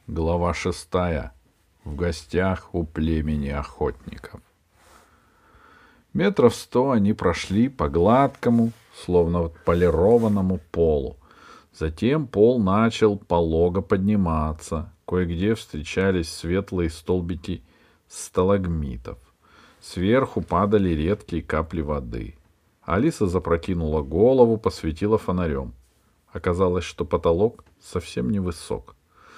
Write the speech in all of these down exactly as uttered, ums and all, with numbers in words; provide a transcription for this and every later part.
Глава шестая. В гостях у племени охотников. Метров сто они прошли по гладкому, словно полированному полу. Затем пол начал полого подниматься. Кое-где встречались светлые столбики сталагмитов. Сверху падали редкие капли воды. Алиса запрокинула голову, посветила фонарем. Оказалось, что потолок совсем невысок.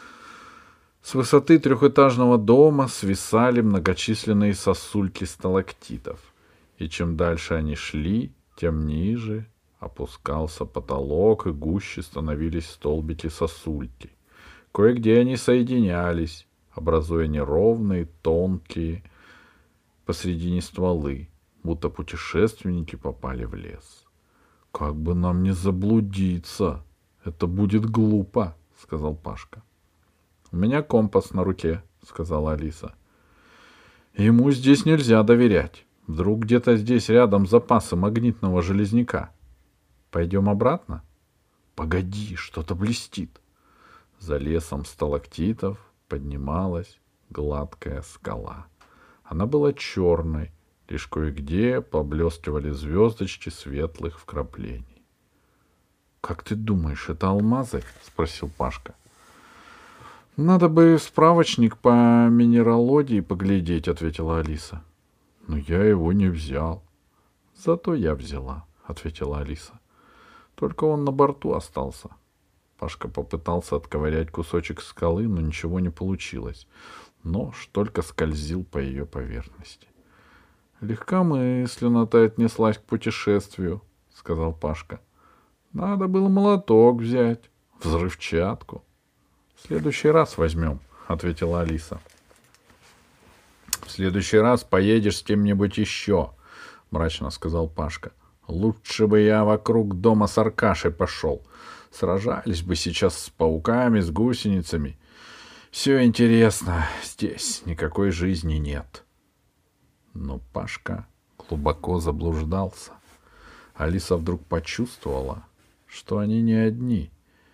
С высоты трехэтажного дома свисали многочисленные сосульки сталактитов, и чем дальше они шли, тем ниже опускался потолок, и гуще становились столбики сосульки. Кое-где они соединялись, образуя неровные, тонкие посредине стволы, будто путешественники попали в лес. — Как бы нам не заблудиться! Это будет глупо, — сказал Пашка. — У меня компас на руке, — сказала Алиса. — Ему здесь нельзя доверять. Вдруг где-то здесь рядом запасы магнитного железняка. Пойдем обратно? — Погоди, что-то блестит. За лесом сталактитов поднималась гладкая скала. Она была черной, лишь кое-где поблескивали звездочки светлых вкраплений. — Как ты думаешь, это алмазы? — спросил Пашка. — Надо бы справочник по минералогии поглядеть, — ответила Алиса. — Но я его не взял. — Зато я взяла, — ответила Алиса. — Только он на борту остался. Пашка попытался отковырять кусочек скалы, но ничего не получилось. Нож только скользил по ее поверхности. — Легкомысленно ты отнеслась к путешествию, — сказал Пашка. — Надо было молоток взять, взрывчатку. — В следующий раз возьмем, — ответила Алиса. — В следующий раз поедешь с кем-нибудь еще, — мрачно сказал Пашка. — Лучше бы я вокруг дома с Аркашей пошел. Сражались бы сейчас с пауками, с гусеницами. Все интересно, здесь никакой жизни нет. Но Пашка глубоко заблуждался. Алиса вдруг почувствовала, что они не одни.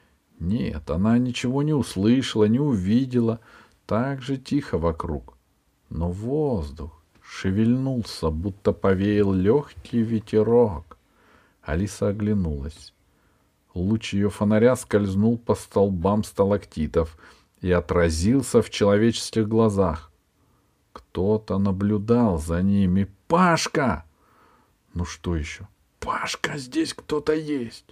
Нет, она ничего не услышала, не увидела. Так же тихо вокруг. Но воздух шевельнулся, будто повеял легкий ветерок. Алиса оглянулась. Луч ее фонаря скользнул по столбам сталактитов и отразился в человеческих глазах. Кто-то наблюдал за ними. «Пашка!» «Ну что еще?» «Пашка, здесь кто-то есть!»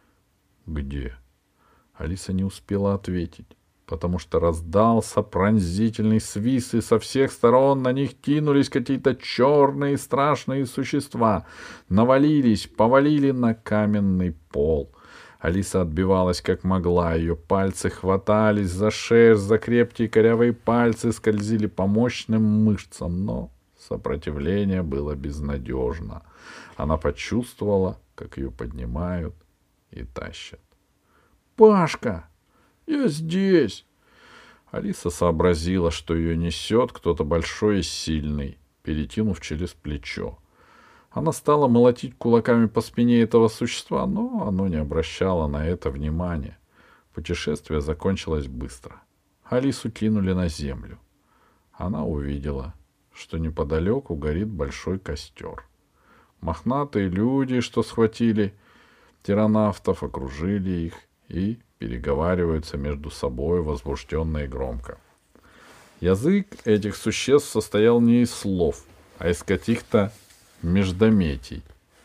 «Где?» Алиса не успела ответить, потому что раздался пронзительный свист, и со всех сторон на них кинулись какие-то черные страшные существа. Навалились, повалили на каменный пол. Алиса отбивалась как могла, ее пальцы хватались за шерсть, за крепкие корявые пальцы скользили по мощным мышцам, но сопротивление было безнадежно. Она почувствовала, как ее поднимают и тащат. «Пашка, я здесь!» Алиса сообразила, что ее несет кто-то большой и сильный, перекинув через плечо. Она стала молотить кулаками по спине этого существа, но оно не обращало на это внимания. Путешествие закончилось быстро. Алису кинули на землю. Она увидела, что неподалеку горит большой костер. Мохнатые люди, что схватили тиранавтов, окружили их и переговариваются между собой возбужденно и громко. Язык этих существ состоял не из слов, а из каких-то междометий.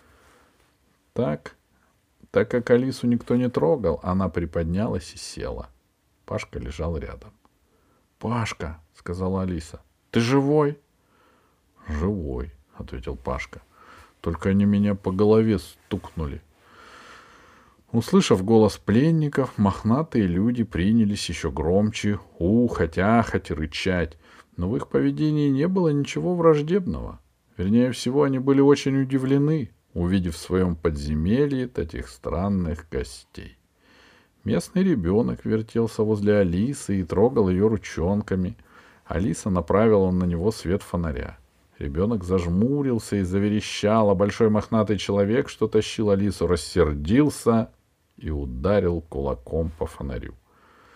Так, так как Алису никто не трогал, она приподнялась и села. Пашка лежал рядом. — Пашка, — сказала Алиса, — ты живой? — Живой, — ответил Пашка. — Только они меня по голове стукнули. Услышав голос пленников, мохнатые люди принялись еще громче ухать, ахать, рычать, но в их поведении не было ничего враждебного. Вернее всего, они были очень удивлены, увидев в своем подземелье таких странных гостей. Местный ребенок вертелся возле Алисы и трогал ее ручонками. Алиса направила на него свет фонаря. Ребенок зажмурился и заверещал, а большой мохнатый человек, что тащил Алису, рассердился и ударил кулаком по фонарю.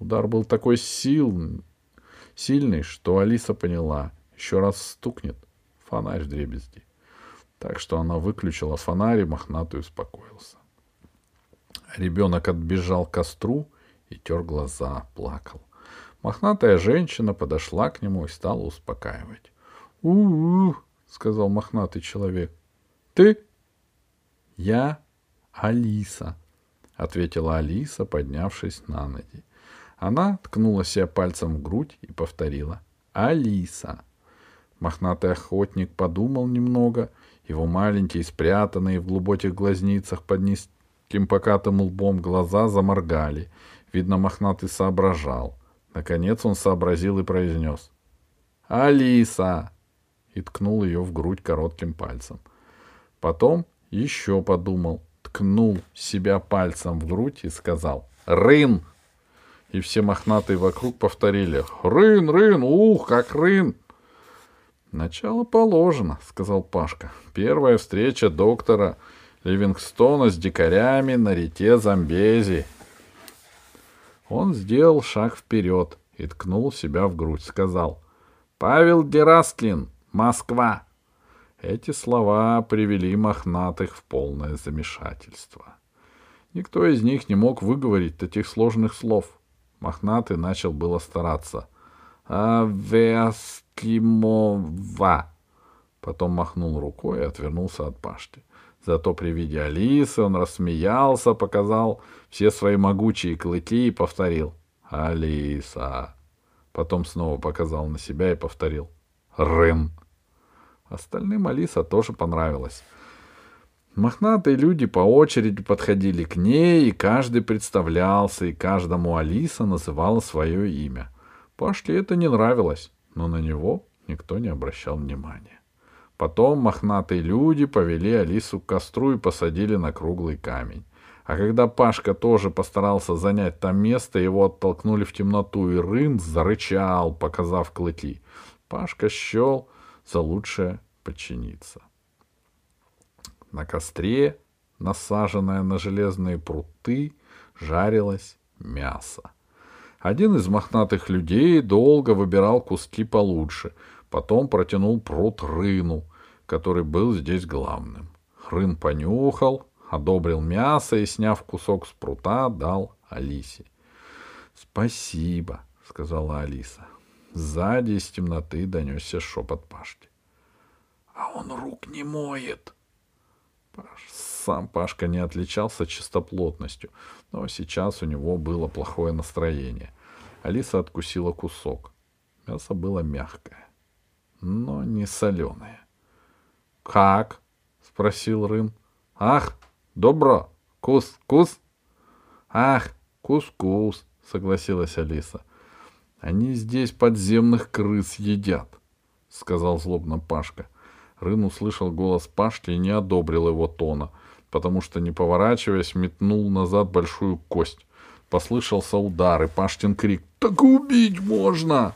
Удар был такой сил... сильный, что Алиса поняла, еще раз стукнет — фонарь вдребезги. Так что она выключила фонарь, и мохнатый успокоился. Ребенок отбежал к костру и тер глаза, плакал. Мохнатая женщина подошла к нему и стала успокаивать. «У-у-у», — сказал мохнатый человек. «Ты?» «Я Алиса», — ответила Алиса, поднявшись на ноги. Она ткнула себя пальцем в грудь и повторила: «Алиса». Мохнатый охотник подумал немного. Его маленькие, спрятанные в глубоких глазницах под низким покатым лбом глаза заморгали. Видно, мохнатый соображал. Наконец он сообразил и произнес: «Алиса!» и ткнул ее в грудь коротким пальцем. Потом еще подумал, ткнул себя пальцем в грудь и сказал: «Рын!» И все мохнатые вокруг повторили: «Рын, рын, ух, как рын!» «Начало положено», — сказал Пашка. «Первая встреча доктора Ливингстона с дикарями на рете Замбези». Он сделал шаг вперед и ткнул себя в грудь. Сказал: «Павел Дерастлин, Москва». Эти слова привели мохнатых в полное замешательство. Никто из них не мог выговорить таких сложных слов. Мохнатый начал было стараться. «Авескимова». Потом махнул рукой и отвернулся от Пашки. Зато при виде Алисы он рассмеялся, показал все свои могучие клыки и повторил: «Алиса». Потом снова показал на себя и повторил: «Рын». Остальным Алиса тоже понравилась. Мохнатые люди по очереди подходили к ней, и каждый представлялся, и каждому Алиса называла свое имя. Пашке это не нравилось, но на него никто не обращал внимания. Потом мохнатые люди повели Алису к костру и посадили на круглый камень. А когда Пашка тоже постарался занять там место, его оттолкнули в темноту, и Рын зарычал, показав клыки. Пашка счел за лучшее подчиниться. На костре, насаженное на железные пруты, жарилось мясо. Один из мохнатых людей долго выбирал куски получше, потом протянул прут Рыну, который был здесь главным. Рын понюхал, одобрил мясо и, сняв кусок с прута, дал Алисе. «Спасибо», — сказала Алиса. Сзади из темноты донесся шепот Пашки. «А он рук не моет». Сам Пашка не отличался чистоплотностью, но сейчас у него было плохое настроение. Алиса откусила кусок. Мясо было мягкое, но не соленое. «Как?» — спросил Рын. «Ах, добро! Кус-кус!» «Ах, кус-кус!» — согласилась Алиса. «Они здесь подземных крыс едят», — сказал злобно Пашка. Рын услышал голос Пашки и не одобрил его тона, потому что, не поворачиваясь, метнул назад большую кость. Послышался удар, и Пашкин крик: «Так убить можно!»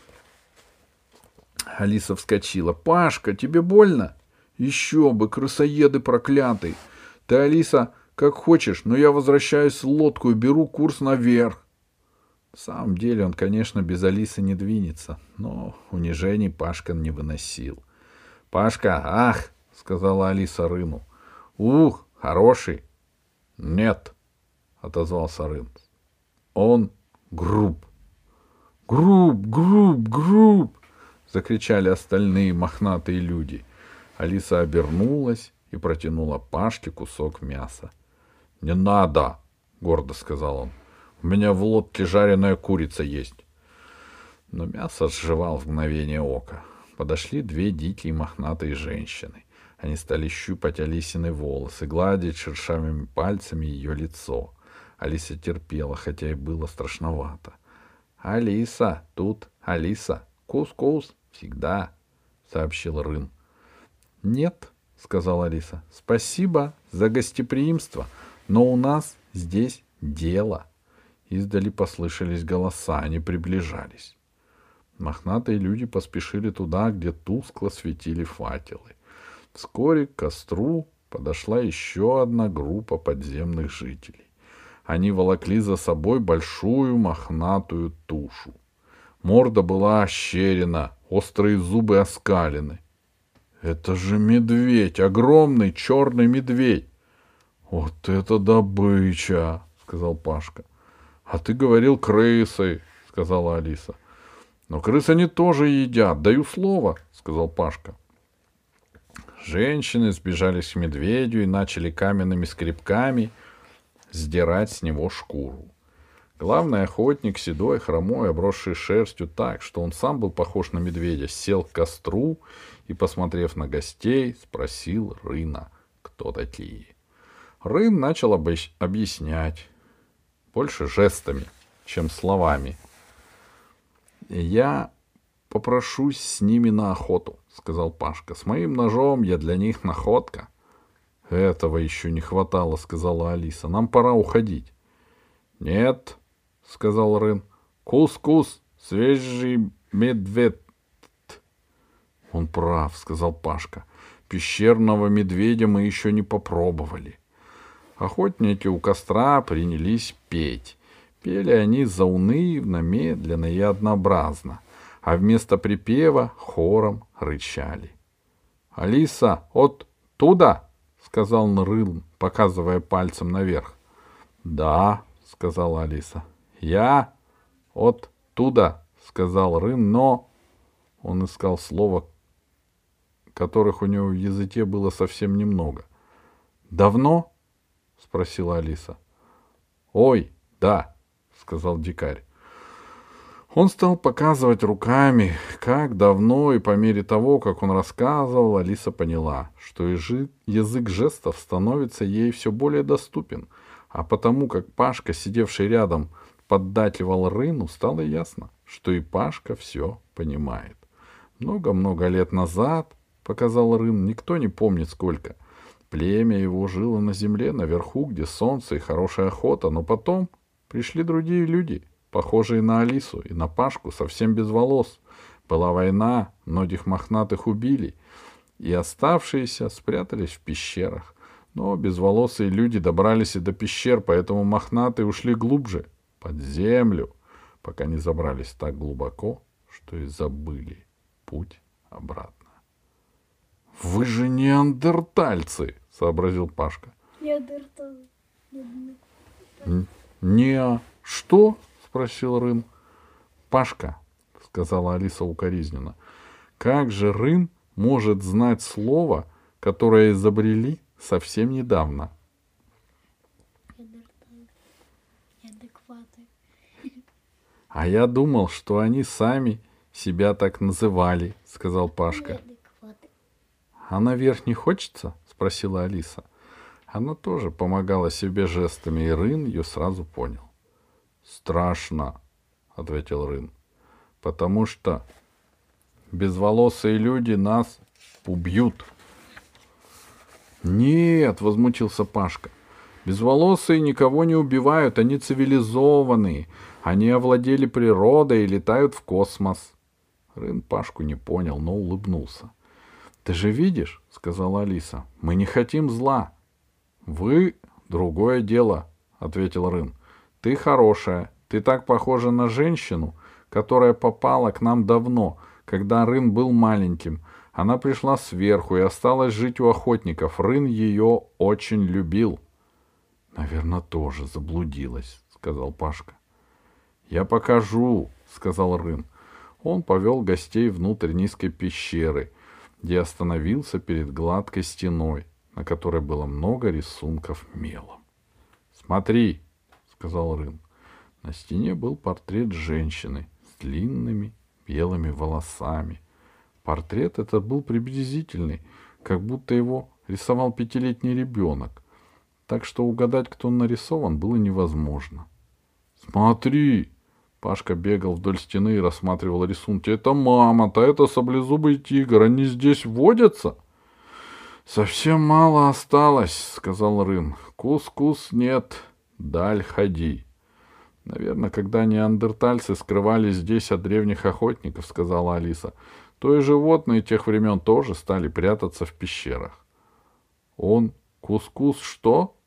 Алиса вскочила. «Пашка, тебе больно?» «Еще бы, крысоеды проклятый! Ты, Алиса, как хочешь, но я возвращаюсь в лодку и беру курс наверх». В самом деле он, конечно, без Алисы не двинется, но унижений Пашка не выносил. «Пашка, ах!» — сказала Алиса Рыну. «Ух, хороший!» «Нет!» — отозвался Рын. «Он груб!» «Груб, груб, груб!» — закричали остальные мохнатые люди. Алиса обернулась и протянула Пашке кусок мяса. «Не надо!» — гордо сказал он. «У меня в лодке жареная курица есть». Но мясо сживал в мгновение ока. Подошли две дикие мохнатые женщины. Они стали щупать Алисины волосы, гладить шершавыми пальцами ее лицо. Алиса терпела, хотя и было страшновато. «Алиса, тут, Алиса, кус-кус, всегда», — сообщил Рын. «Нет», — сказала Алиса, — «спасибо за гостеприимство, но у нас здесь дело». Издали послышались голоса, они приближались. Мохнатые люди поспешили туда, где тускло светили факелы. Вскоре к костру подошла еще одна группа подземных жителей. они волокли за собой большую мохнатую тушу. Морда была ощерена, острые зубы оскалены. — Это же медведь, огромный черный медведь! — Вот это добыча! — сказал Пашка. — А ты говорил крысы, — сказала Алиса. — Но крыс они тоже едят, даю слово, — сказал Пашка. Женщины сбежались к медведю и начали каменными скребками сдирать с него шкуру. Главный охотник, седой, хромой, обросший шерстью так, что он сам был похож на медведя, сел к костру и, посмотрев на гостей, спросил Рына, кто такие. Рын начал объяс- объяснять, больше жестами, чем словами. «Я попрошусь с ними на охоту», — сказал Пашка. «С моим ножом я для них находка». «Этого еще не хватало», — сказала Алиса. «Нам пора уходить». «Нет», — сказал Рын. «Кус-кус, свежий медведь». «Он прав», — сказал Пашка. «Пещерного медведя мы еще не попробовали». Охотники у костра принялись петь. Пели они заунывно, медленно и однообразно, а вместо припева хором рычали. «Алиса, от туда!» — сказал Рын, показывая пальцем наверх. «Да», — сказала Алиса. «Я от туда», — сказал Рын, но... Он искал слова, которых у него в языке было совсем немного. «Давно?» — спросила Алиса. «Ой, да», — сказал дикарь. Он стал показывать руками, как давно, и по мере того, как он рассказывал, Алиса поняла, что язык жестов становится ей все более доступен, а потому как Пашка, сидевший рядом, поддакивал Рыну, стало ясно, что и Пашка все понимает. Много-много лет назад, показал Рын, никто не помнит сколько, племя его жило на земле, наверху, где солнце и хорошая охота, но потом пришли другие люди, похожие на Алису и на Пашку, совсем без волос. Была война, многих мохнатых убили, и оставшиеся спрятались в пещерах. Но безволосые люди добрались и до пещер, поэтому мохнатые ушли глубже, под землю, пока не забрались так глубоко, что и забыли путь обратно. — Вы же неандертальцы, — сообразил Пашка. — Неандертальцы. — Не, что? — спросил Рын. — Пашка, — сказала Алиса укоризненно, — как же Рын может знать слово, которое изобрели совсем недавно? — А я думал, что они сами себя так называли, — сказал Пашка. — А наверх не хочется? — спросила Алиса. Она тоже помогала себе жестами, и Рын ее сразу понял. — Страшно, — ответил Рын, — потому что безволосые люди нас убьют. — Нет, — возмутился Пашка, — безволосые никого не убивают, они цивилизованные, они овладели природой и летают в космос. Рын Пашку не понял, но улыбнулся. — Ты же видишь, — сказала Алиса, — мы не хотим зла. — Вы — другое дело, — ответил Рын. — Ты хорошая, ты так похожа на женщину, которая попала к нам давно, когда Рын был маленьким. Она пришла сверху и осталась жить у охотников. Рын ее очень любил. — Наверное, тоже заблудилась, — сказал Пашка. — Я покажу, — сказал Рын. Он повел гостей внутрь низкой пещеры, где остановился перед гладкой стеной, на которой было много рисунков мелом. — Смотри, — сказал Рын. На стене был портрет женщины с длинными белыми волосами. Портрет этот был приблизительный, как будто его рисовал пятилетний ребенок, так что угадать, кто он нарисован, было невозможно. — Смотри! Пашка бегал вдоль стены и рассматривал рисунки. — Это мамонт, а это саблезубый тигр. Они здесь водятся? — Совсем мало осталось, — сказал Рын. — Кус-кус нет, даль ходи. — Наверное, когда неандертальцы скрывались здесь от древних охотников, — сказала Алиса, — то и животные тех времен тоже стали прятаться в пещерах. — Он кус-кус что? —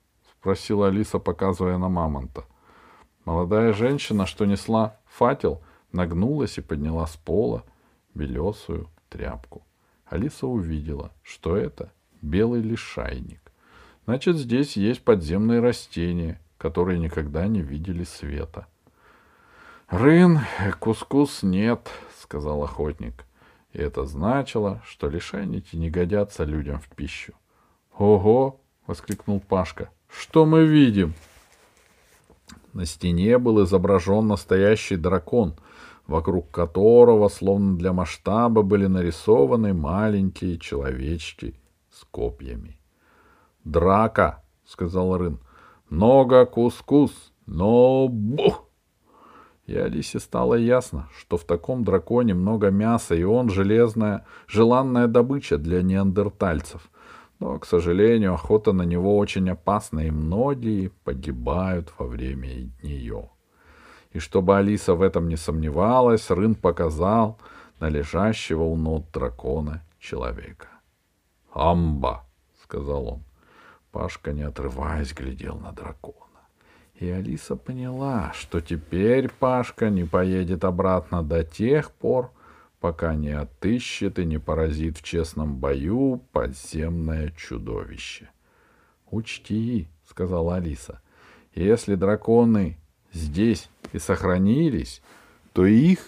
спросила Алиса, показывая на мамонта. Молодая женщина, что несла факел, нагнулась и подняла с пола белесую тряпку. Алиса увидела, что это белый лишайник. Значит, здесь есть подземные растения, которые никогда не видели света. — Рын, кускус нет, — сказал охотник. И это значило, что лишайники не годятся людям в пищу. — Ого! — воскликнул Пашка. — Что мы видим? На стене был изображен настоящий дракон, вокруг которого, словно для масштаба, были нарисованы маленькие человечки с копьями. — Драка, — сказал Рын. — Много кускус, но бух! И Алисе стало ясно, что в таком драконе много мяса, и он железная, желанная добыча для неандертальцев. Но, к сожалению, охота на него очень опасна, и многие погибают во время нее. И чтобы Алиса в этом не сомневалась, Рын показал на лежащего у ног дракона человека. «Амба!» — сказал он. Пашка, не отрываясь, глядел на дракона. И Алиса поняла, что теперь Пашка не поедет обратно до тех пор, пока не отыщет и не поразит в честном бою подземное чудовище. — Учти, — сказала Алиса, — если драконы здесь и сохранились, то их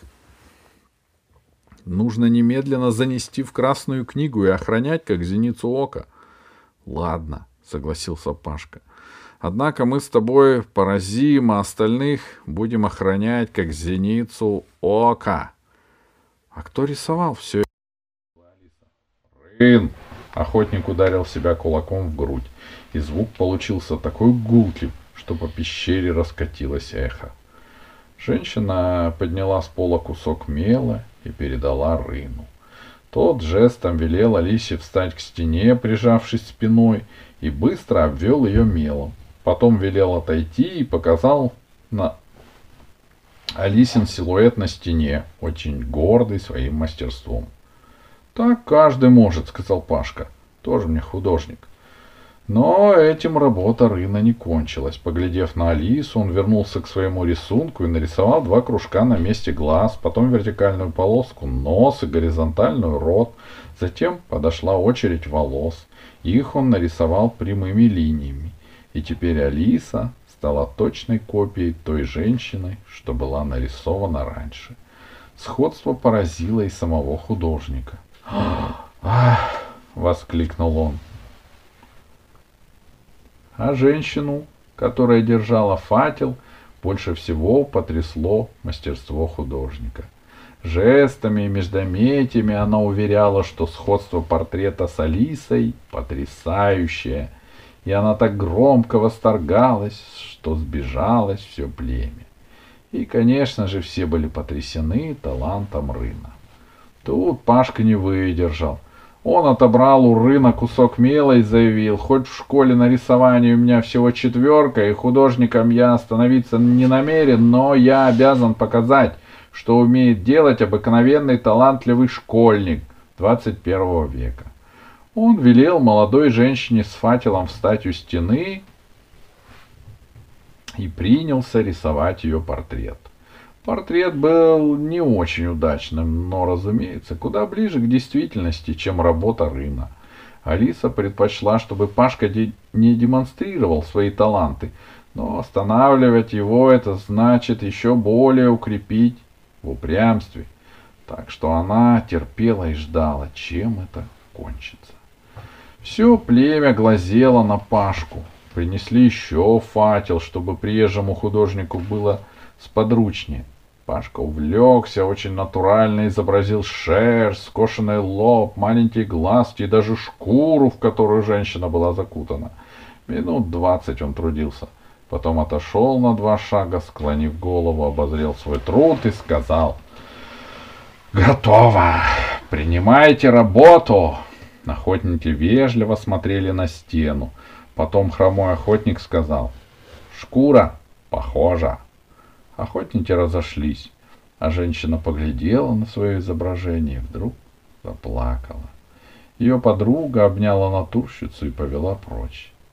нужно немедленно занести в Красную книгу и охранять, как зеницу ока. — Ладно, — согласился Пашка. — Однако мы с тобой поразим, а остальных будем охранять, как зеницу ока. — А кто рисовал все это? — Рын! — охотник ударил себя кулаком в грудь, и звук получился такой гулкий, что по пещере раскатилось эхо. Женщина подняла с пола кусок мела и передала Рыну. Тот жестом велел Алисе встать к стене, прижавшись спиной, и быстро обвел ее мелом. Потом велел отойти и показал на Алисин силуэт на стене, очень гордый своим мастерством. — Так каждый может, — сказал Пашка. — Тоже мне художник. Но этим работа Рына не кончилась. Поглядев на Алису, он вернулся к своему рисунку и нарисовал два кружка на месте глаз, потом вертикальную полоску нос и горизонтальную рот. Затем подошла очередь волос. Их он нарисовал прямыми линиями. И теперь Алиса стала точной копией той женщины, что была нарисована раньше. Сходство поразило и самого художника. «Ах!» — воскликнул он. А женщину, которая держала факел, больше всего потрясло мастерство художника. Жестами и междометиями она уверяла, что сходство портрета с Алисой потрясающее, и она так громко восторгалась, что сбежалось все племя. И, конечно же, все были потрясены талантом Рына. Тут Пашка не выдержал. Он отобрал у Рына кусок мела и заявил: хоть в школе на рисовании у меня всего четверка, и художником я становиться не намерен, но я обязан показать, что умеет делать обыкновенный талантливый школьник двадцать первого века. Он велел молодой женщине с факелом встать у стены и принялся рисовать ее портрет. Портрет был не очень удачным, но, разумеется, куда ближе к действительности, чем работа Рына. Алиса предпочла, чтобы Пашка де- не демонстрировал свои таланты, но останавливать его — это значит еще более укрепить в упрямстве. Так что она терпела и ждала, чем это кончится. Все племя глазело на Пашку. Принесли еще факел, чтобы приезжему художнику было сподручнее. Пашка увлекся, очень натурально изобразил шерсть, скошенный лоб, маленькие глазки и даже шкуру, в которую женщина была закутана. Минут двадцать он трудился. Потом отошел на два шага, склонив голову, обозрел свой труд и сказал: «Готово! Принимайте работу!» Охотники вежливо смотрели на стену. Потом хромой охотник сказал: «Шкура похожа». Охотники разошлись, а женщина поглядела на свое изображение и вдруг заплакала. Ее подруга обняла натурщицу и повела прочь.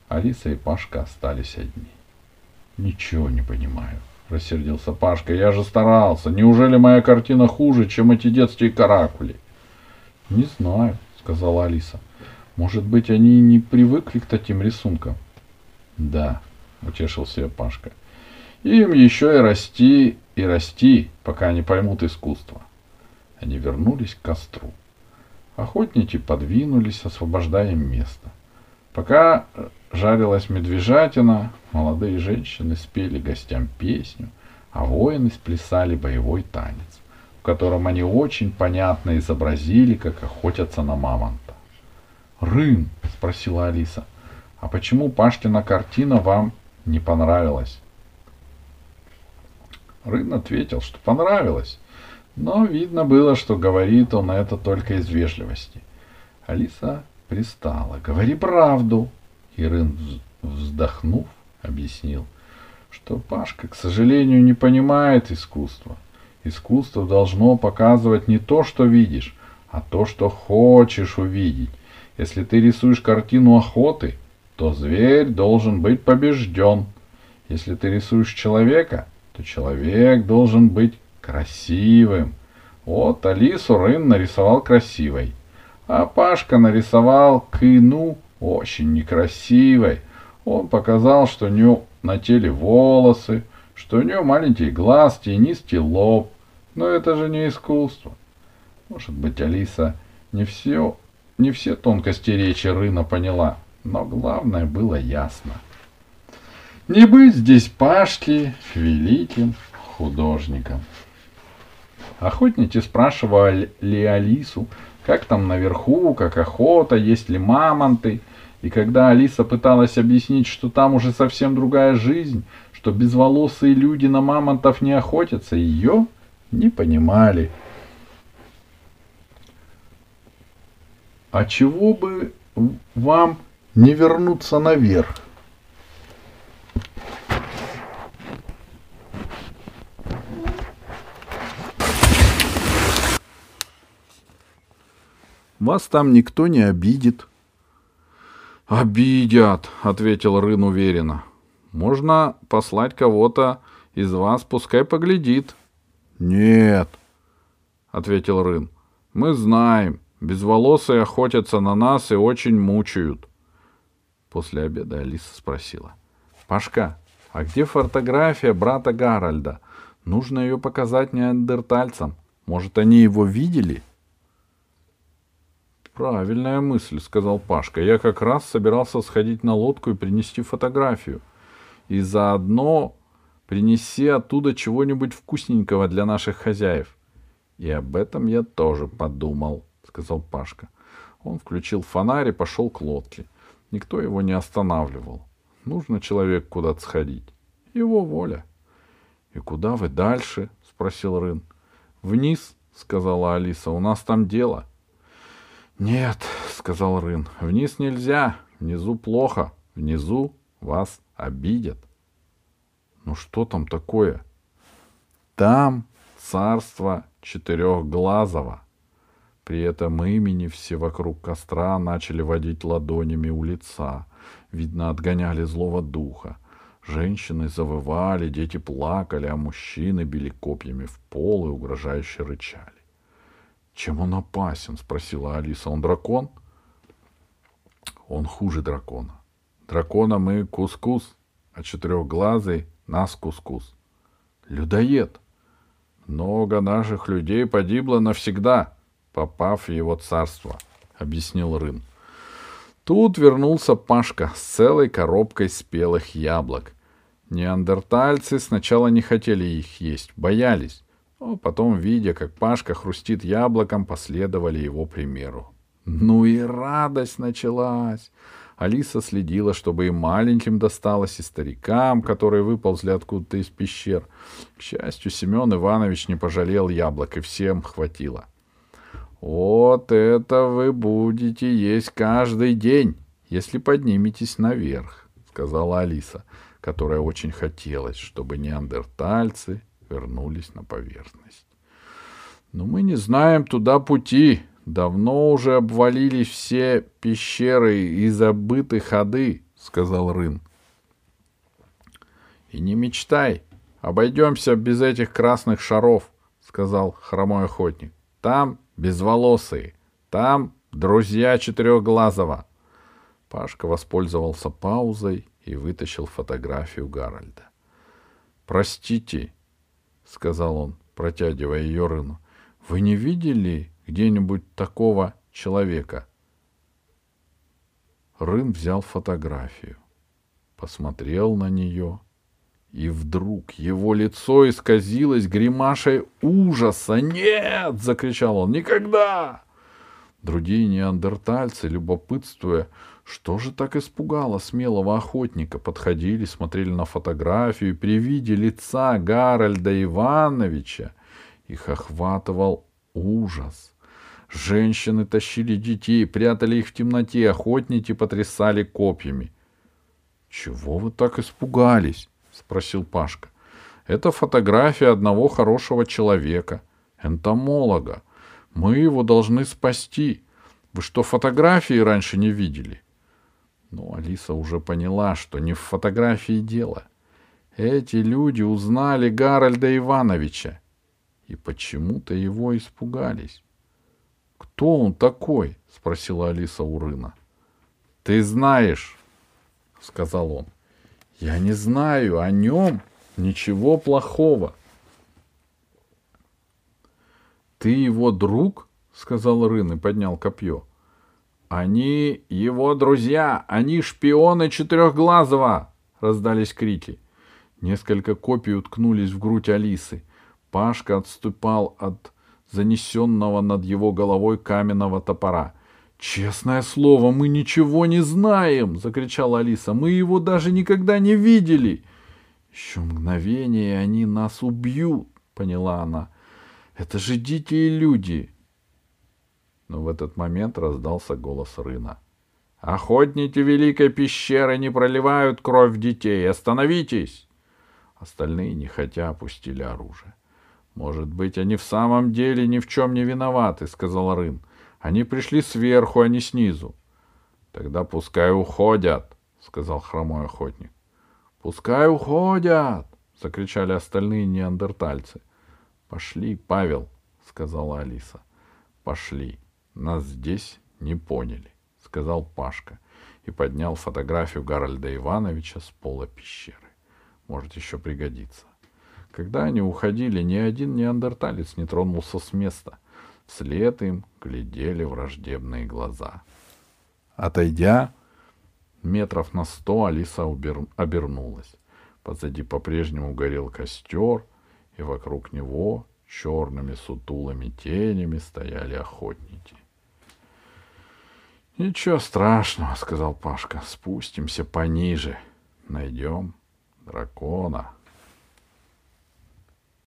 Алиса и Пашка остались одни. «Ничего не понимаю», — рассердился Пашка. «Я же старался. Неужели моя картина хуже, чем эти детские каракули?» «Не знаю», — сказала Алиса. «Может быть, они не привыкли к таким рисункам?» «Да», — утешил себя Пашка. «Им еще и расти, и расти, пока они поймут искусство». Они вернулись к костру. Охотники подвинулись, освобождая место. Пока жарилась медвежатина, молодые женщины спели гостям песню, а воины сплясали боевой танец, в котором они очень понятно изобразили, как охотятся на мамонта. «Рын», — спросила Алиса, — «а почему Пашкина картина вам не понравилась?» Рын ответил, что понравилось, но видно было, что говорит он это только из вежливости. Алиса пристала: «Говори правду». И Рын, вздохнув, объяснил, что Пашка, к сожалению, не понимает искусства. Искусство должно показывать не то, что видишь, а то, что хочешь увидеть. Если ты рисуешь картину охоты, то зверь должен быть побежден. Если ты рисуешь человека, то человек должен быть красивым. Вот Алису Рын нарисовал красивой, а Пашка нарисовал Кыну очень некрасивой. Он показал, что у нее на теле волосы, что у нее маленькие глазки и низкий лоб. Но это же не искусство. Может быть, Алиса не все, не все тонкости речи Рына поняла, но главное было ясно. Не быть здесь Пашке великим художником. Охотники спрашивали Алису, как там наверху, как охота, есть ли мамонты. И когда Алиса пыталась объяснить, что там уже совсем другая жизнь, что безволосые люди на мамонтов не охотятся, ее не понимали. «А чего бы вам не вернуться наверх?» «Вас там никто не обидит». «Обидят», — ответил Рын уверенно. «Можно послать кого-то из вас, пускай поглядит». «Нет», — ответил Рын. «Мы знаем, безволосые охотятся на нас и очень мучают». После обеда Алиса спросила: «Пашка, а где фотография брата Гарольда? Нужно ее показать неандертальцам. Может, они его видели?» «Правильная мысль», — сказал Пашка. «Я как раз собирался сходить на лодку и принести фотографию. И заодно принеси оттуда чего-нибудь вкусненького для наших хозяев». «И об этом я тоже подумал», — сказал Пашка. Он включил фонарь и пошел к лодке. Никто его не останавливал. Нужно человеку куда-то сходить. Его воля. «И куда вы дальше?» — спросил Рын. «Вниз», — сказала Алиса. «У нас там дело». «Нет», — сказал Рын, — «вниз нельзя, внизу плохо, внизу вас обидят». «Ну что там такое?» «Там царство Четырехглазого». При этом имени все вокруг костра начали водить ладонями у лица. Видно, отгоняли злого духа. Женщины завывали, дети плакали, а мужчины били копьями в пол и угрожающе рычали. «Чем он опасен?» — спросила Алиса. «Он дракон?» «Он хуже дракона. Дракона мы кус-кус, а четырехглазый нас кус-кус. Людоед. Много наших людей погибло навсегда, попав в его царство», — объяснил Рын. Тут вернулся Пашка с целой коробкой спелых яблок. Неандертальцы сначала не хотели их есть, боялись. Но потом, видя, как Пашка хрустит яблоком, последовали его примеру. Ну и радость началась. Алиса следила, чтобы и маленьким досталось, и старикам, которые выползли откуда-то из пещер. К счастью, Семен Иванович не пожалел яблок, и всем хватило. «Вот это вы будете есть каждый день, если подниметесь наверх», — сказала Алиса, которая очень хотелось, чтобы неандертальцы вернулись на поверхность. «Но мы не знаем туда пути. Давно уже обвалились все пещеры и забыты ходы», — сказал Рын. — И не мечтай, обойдемся без этих красных шаров, — сказал хромой охотник. — Там безволосые, там друзья Четырехглазого. Пашка воспользовался паузой и вытащил фотографию Гарольда. — Простите, — сказал он, протягивая ее Рыну, — вы не видели где-нибудь такого человека? Рын взял фотографию, посмотрел на нее, и вдруг его лицо исказилось гримасой ужаса. «Нет!» — закричал он. «Никогда!» Другие неандертальцы, любопытствуя, что же так испугало смелого охотника, подходили, смотрели на фотографию, и при виде лица Гарольда Ивановича их охватывал ужас. Женщины тащили детей, прятали их в темноте, охотники потрясали копьями. — Чего вы так испугались? — спросил Пашка. — Это фотография одного хорошего человека, энтомолога. Мы его должны спасти. Вы что, фотографии раньше не видели? Но Алиса уже поняла, что не в фотографии дело. Эти люди узнали Гарольда Ивановича и почему-то его испугались. — Кто он такой? — спросила Алиса у Рына. — Ты знаешь, — сказал он. — Я не знаю о нем ничего плохого. — Ты его друг? — сказал Рын и поднял копье. — Они его друзья, они шпионы Четырехглазого! — раздались крики. Несколько копий уткнулись в грудь Алисы. Пашка отступал от занесенного над его головой каменного топора. — Честное слово, мы ничего не знаем! — закричала Алиса. — Мы его даже никогда не видели! — Еще мгновение, и они нас убьют! — поняла она. — Это же дикие люди! Но в этот момент раздался голос Рына. — Охотники Великой пещеры не проливают кровь детей! Остановитесь! Остальные, нехотя, опустили оружие. — Может быть, они в самом деле ни в чем не виноваты, — сказал Рын. — Они пришли сверху, а не снизу. — Тогда пускай уходят, — сказал хромой охотник. — Пускай уходят, — закричали остальные неандертальцы. — Пошли, Павел, — сказала Алиса. — Пошли. Нас здесь не поняли, — сказал Пашка и поднял фотографию Гарольда Ивановича с пола пещеры. Может еще пригодится. Когда они уходили, ни один неандерталец не тронулся с места. Вслед им глядели враждебные глаза. Отойдя метров на сто, Алиса обернулась. Позади по-прежнему горел костер, и вокруг него черными сутулыми тенями стояли охотники. — Ничего страшного, — сказал Пашка, — спустимся пониже, найдем дракона.